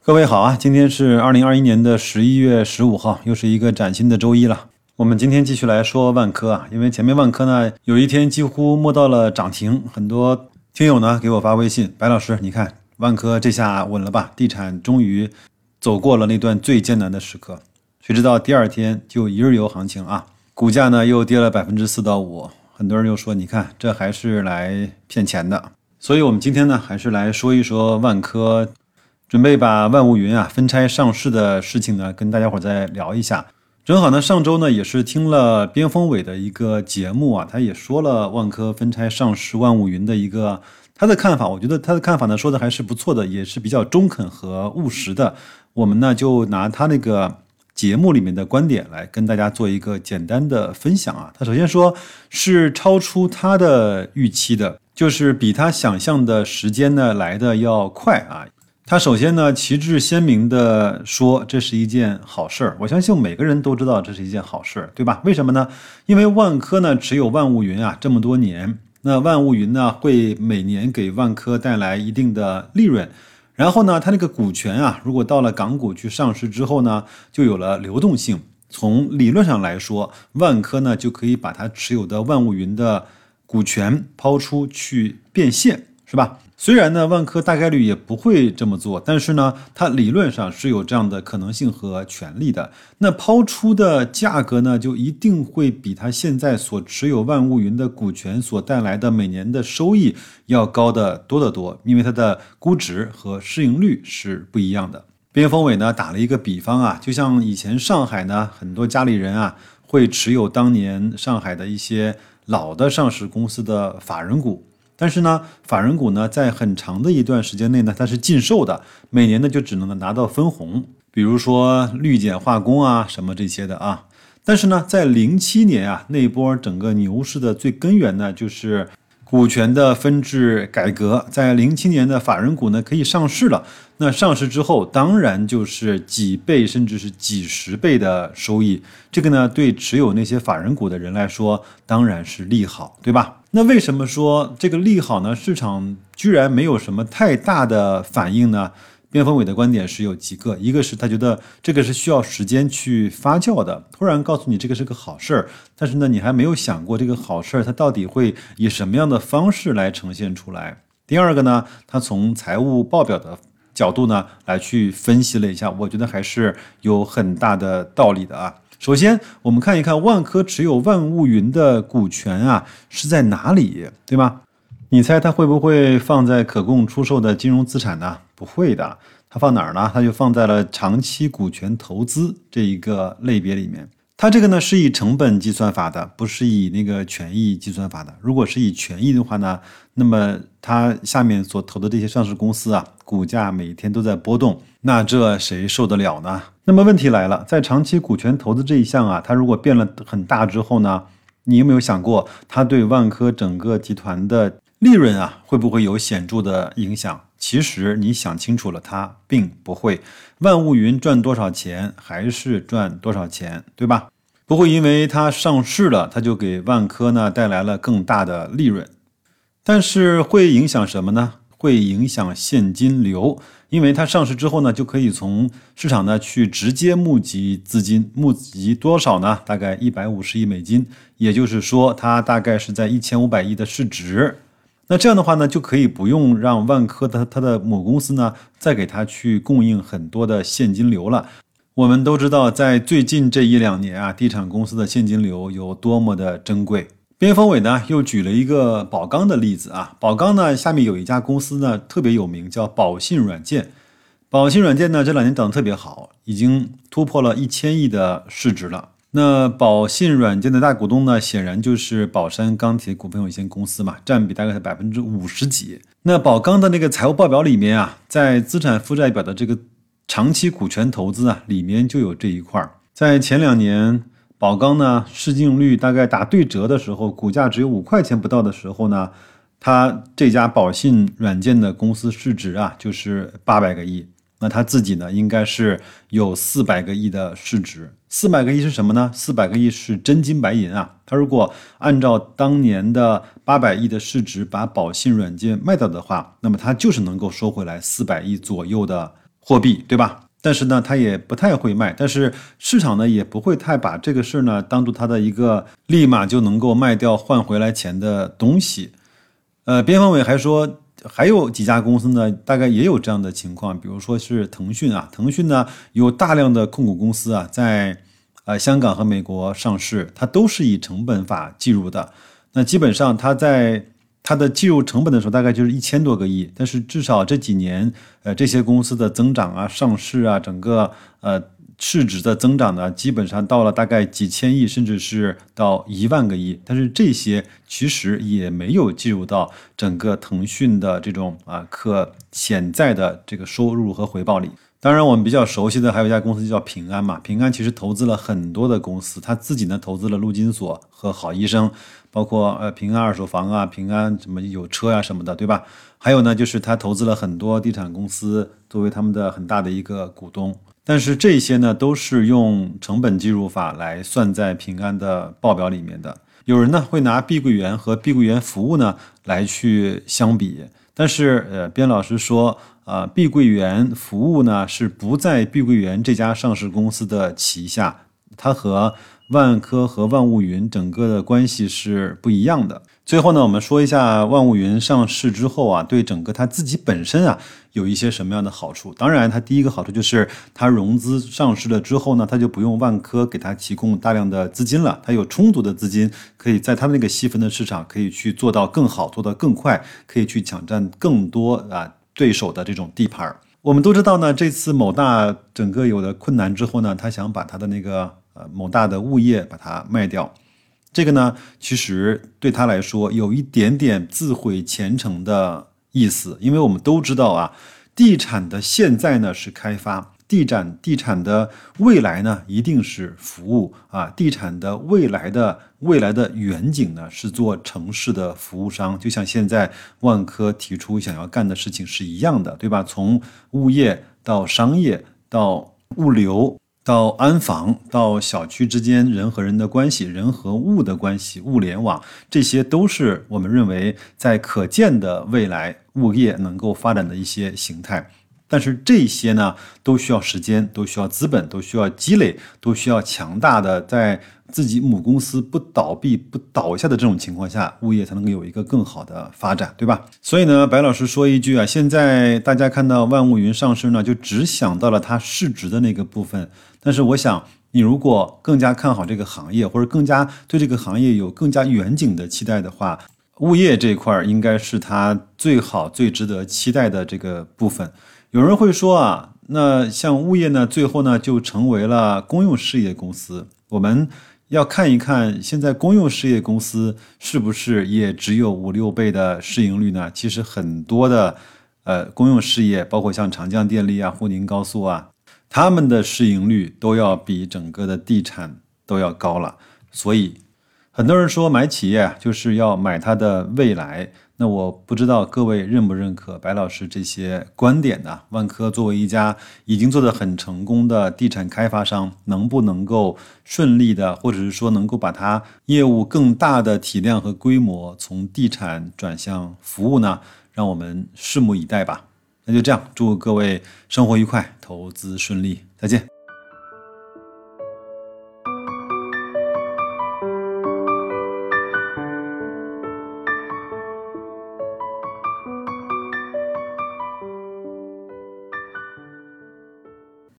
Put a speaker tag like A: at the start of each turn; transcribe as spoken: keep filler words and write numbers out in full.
A: 各位好啊，今天是二零二一年的十一月十五号，又是一个崭新的周一了。我们今天继续来说万科啊，因为前面万科呢有一天几乎摸到了涨停，很多听友呢给我发微信，白老师你看万科这下稳了吧，地产终于走过了那段最艰难的时刻。谁知道第二天就一日游行情啊，股价呢又跌了 百分之四到五， 很多人又说你看这还是来骗钱的。所以我们今天呢还是来说一说万科准备把万物云啊分拆上市的事情呢，跟大家伙再聊一下。正好呢，上周呢也是听了边锋伟的一个节目啊，他也说了万科分拆上市万物云的一个他的看法。我觉得他的看法呢说的还是不错的，也是比较中肯和务实的。我们呢就拿他那个节目里面的观点来跟大家做一个简单的分享啊。他首先说是超出他的预期的，就是比他想象的时间呢来的要快啊。他首先呢旗帜鲜明的说这是一件好事儿，我相信每个人都知道这是一件好事儿，对吧？为什么呢？因为万科呢持有万物云啊这么多年，那万物云呢会每年给万科带来一定的利润，然后呢它那个股权啊如果到了港股去上市之后呢就有了流动性，从理论上来说万科呢就可以把它持有的万物云的股权抛出去变现，是吧？虽然呢万科大概率也不会这么做，但是呢它理论上是有这样的可能性和权利的。那抛出的价格呢就一定会比它现在所持有万物云的股权所带来的每年的收益要高得多得多，因为它的估值和市盈率是不一样的。边锋伟呢打了一个比方啊，就像以前上海呢很多家里人啊会持有当年上海的一些老的上市公司的法人股，但是呢法人股呢在很长的一段时间内呢它是禁售的，每年呢就只能拿到分红，比如说绿碱化工啊什么这些的啊。但是呢在零七年啊那波整个牛市的最根源呢就是股权的分置改革，在零七年的法人股呢可以上市了，那上市之后当然就是几倍甚至是几十倍的收益，这个呢对持有那些法人股的人来说当然是利好，对吧？那为什么说这个利好呢？市场居然没有什么太大的反应呢？边锋伟的观点是有几个，一个是他觉得这个是需要时间去发酵的，突然告诉你这个是个好事儿，但是呢你还没有想过这个好事儿它到底会以什么样的方式来呈现出来。第二个呢，他从财务报表的角度呢来去分析了一下，我觉得还是有很大的道理的啊。首先我们看一看万科持有万物云的股权啊是在哪里，对吗？你猜它会不会放在可供出售的金融资产呢？不会的，它放哪儿呢？它就放在了长期股权投资这一个类别里面。它这个呢是以成本计算法的，不是以那个权益计算法的。如果是以权益的话呢，那么它下面所投的这些上市公司啊，股价每天都在波动，那这谁受得了呢？那么问题来了，在长期股权投资这一项啊，它如果变了很大之后呢，你有没有想过它对万科整个集团的利润啊会不会有显著的影响？其实你想清楚了，它并不会。万物云赚多少钱还是赚多少钱，对吧？不会因为它上市了，它就给万科呢带来了更大的利润。但是会影响什么呢？会影响现金流，因为它上市之后呢，就可以从市场呢去直接募集资金，募集多少呢？大概一百五十亿美金，也就是说它大概是在一千五百亿的市值。那这样的话呢，就可以不用让万科的它的母公司呢再给它去供应很多的现金流了。我们都知道在最近这一两年啊，地产公司的现金流有多么的珍贵。边锋伟呢又举了一个宝钢的例子啊，宝钢呢下面有一家公司呢特别有名，叫宝信软件。宝信软件呢这两年涨得特别好，已经突破了一千亿的市值了。那宝信软件的大股东呢，显然就是宝山钢铁股份有限公司嘛，占比大概是百分之五十几。那宝钢的那个财务报表里面啊，在资产负债表的这个长期股权投资啊，里面就有这一块。在前两年，宝钢呢市净率大概打对折的时候，股价只有五块钱不到的时候呢，它这家宝信软件的公司市值啊，就是八百个亿。那他自己呢，应该是有四百个亿的市值。四百个亿是什么呢？四百个亿是真金白银啊！他如果按照当年的八百亿的市值把宝信软件卖掉的话，那么他就是能够收回来四百亿左右的货币，对吧？但是呢，他也不太会卖，但是市场呢也不会太把这个事呢当做他的一个立马就能够卖掉换回来钱的东西。呃，边方伟还说，还有几家公司呢，大概也有这样的情况，比如说是腾讯啊，腾讯呢有大量的控股公司啊，在呃香港和美国上市，它都是以成本法计入的。那基本上它在它的计入成本的时候，大概就是一千多个亿，但是至少这几年，呃，这些公司的增长啊、上市啊，整个呃市值的增长呢，基本上到了大概几千亿，甚至是到一万个亿。但是这些其实也没有计入到整个腾讯的这种啊可潜在的这个收入和回报里。当然，我们比较熟悉的还有一家公司叫平安嘛。平安其实投资了很多的公司，他自己呢投资了陆金所和好医生，包括呃平安二手房啊、平安什么有车啊什么的，对吧？还有呢，就是他投资了很多地产公司，作为他们的很大的一个股东。但是这些呢，都是用成本计入法来算在平安的报表里面的。有人呢会拿碧桂园和碧桂园服务呢来去相比，但是呃，边老师说。啊，碧桂园服务呢是不在碧桂园这家上市公司的旗下，它和万科和万物云整个的关系是不一样的。最后呢，我们说一下万物云上市之后啊，对整个它自己本身啊有一些什么样的好处？当然，它第一个好处就是它融资上市了之后呢，它就不用万科给它提供大量的资金了，它有充足的资金，可以在它那个细分的市场可以去做到更好，做到更快，可以去抢占更多啊。对手的这种地盘。我们都知道呢，这次某大整个有了困难之后呢，他想把他的那个呃某大的物业把它卖掉。这个呢，其实对他来说有一点点自毁前程的意思，因为我们都知道啊，地产的现在呢是开发。地产地产的未来呢，一定是服务啊！地产的未来的未来的远景呢，是做城市的服务商，就像现在万科提出想要干的事情是一样的，对吧？从物业到商业到物流到安防到小区之间人和人的关系，人和物的关系，物联网，这些都是我们认为在可见的未来物业能够发展的一些形态。但是这些呢，都需要时间，都需要资本，都需要积累，都需要强大的在自己母公司不倒闭、不倒下的这种情况下，物业才能够有一个更好的发展，对吧？所以呢，白老师说一句啊，现在大家看到万物云上市呢，就只想到了它市值的那个部分。但是我想，你如果更加看好这个行业，或者更加对这个行业有更加远景的期待的话，物业这一块应该是它最好、最值得期待的这个部分。有人会说啊，那像物业呢，最后呢就成为了公用事业公司。我们要看一看，现在公用事业公司是不是也只有五六倍的市盈率呢？其实很多的呃公用事业，包括像长江电力啊、沪宁高速啊，他们的市盈率都要比整个的地产都要高了。所以很多人说买企业就是要买它的未来。那我不知道各位认不认可白老师这些观点呢？万科作为一家已经做得很成功的地产开发商，能不能够顺利的，或者是说能够把它业务更大的体量和规模从地产转向服务呢？让我们拭目以待吧。那就这样，祝各位生活愉快，投资顺利，再见。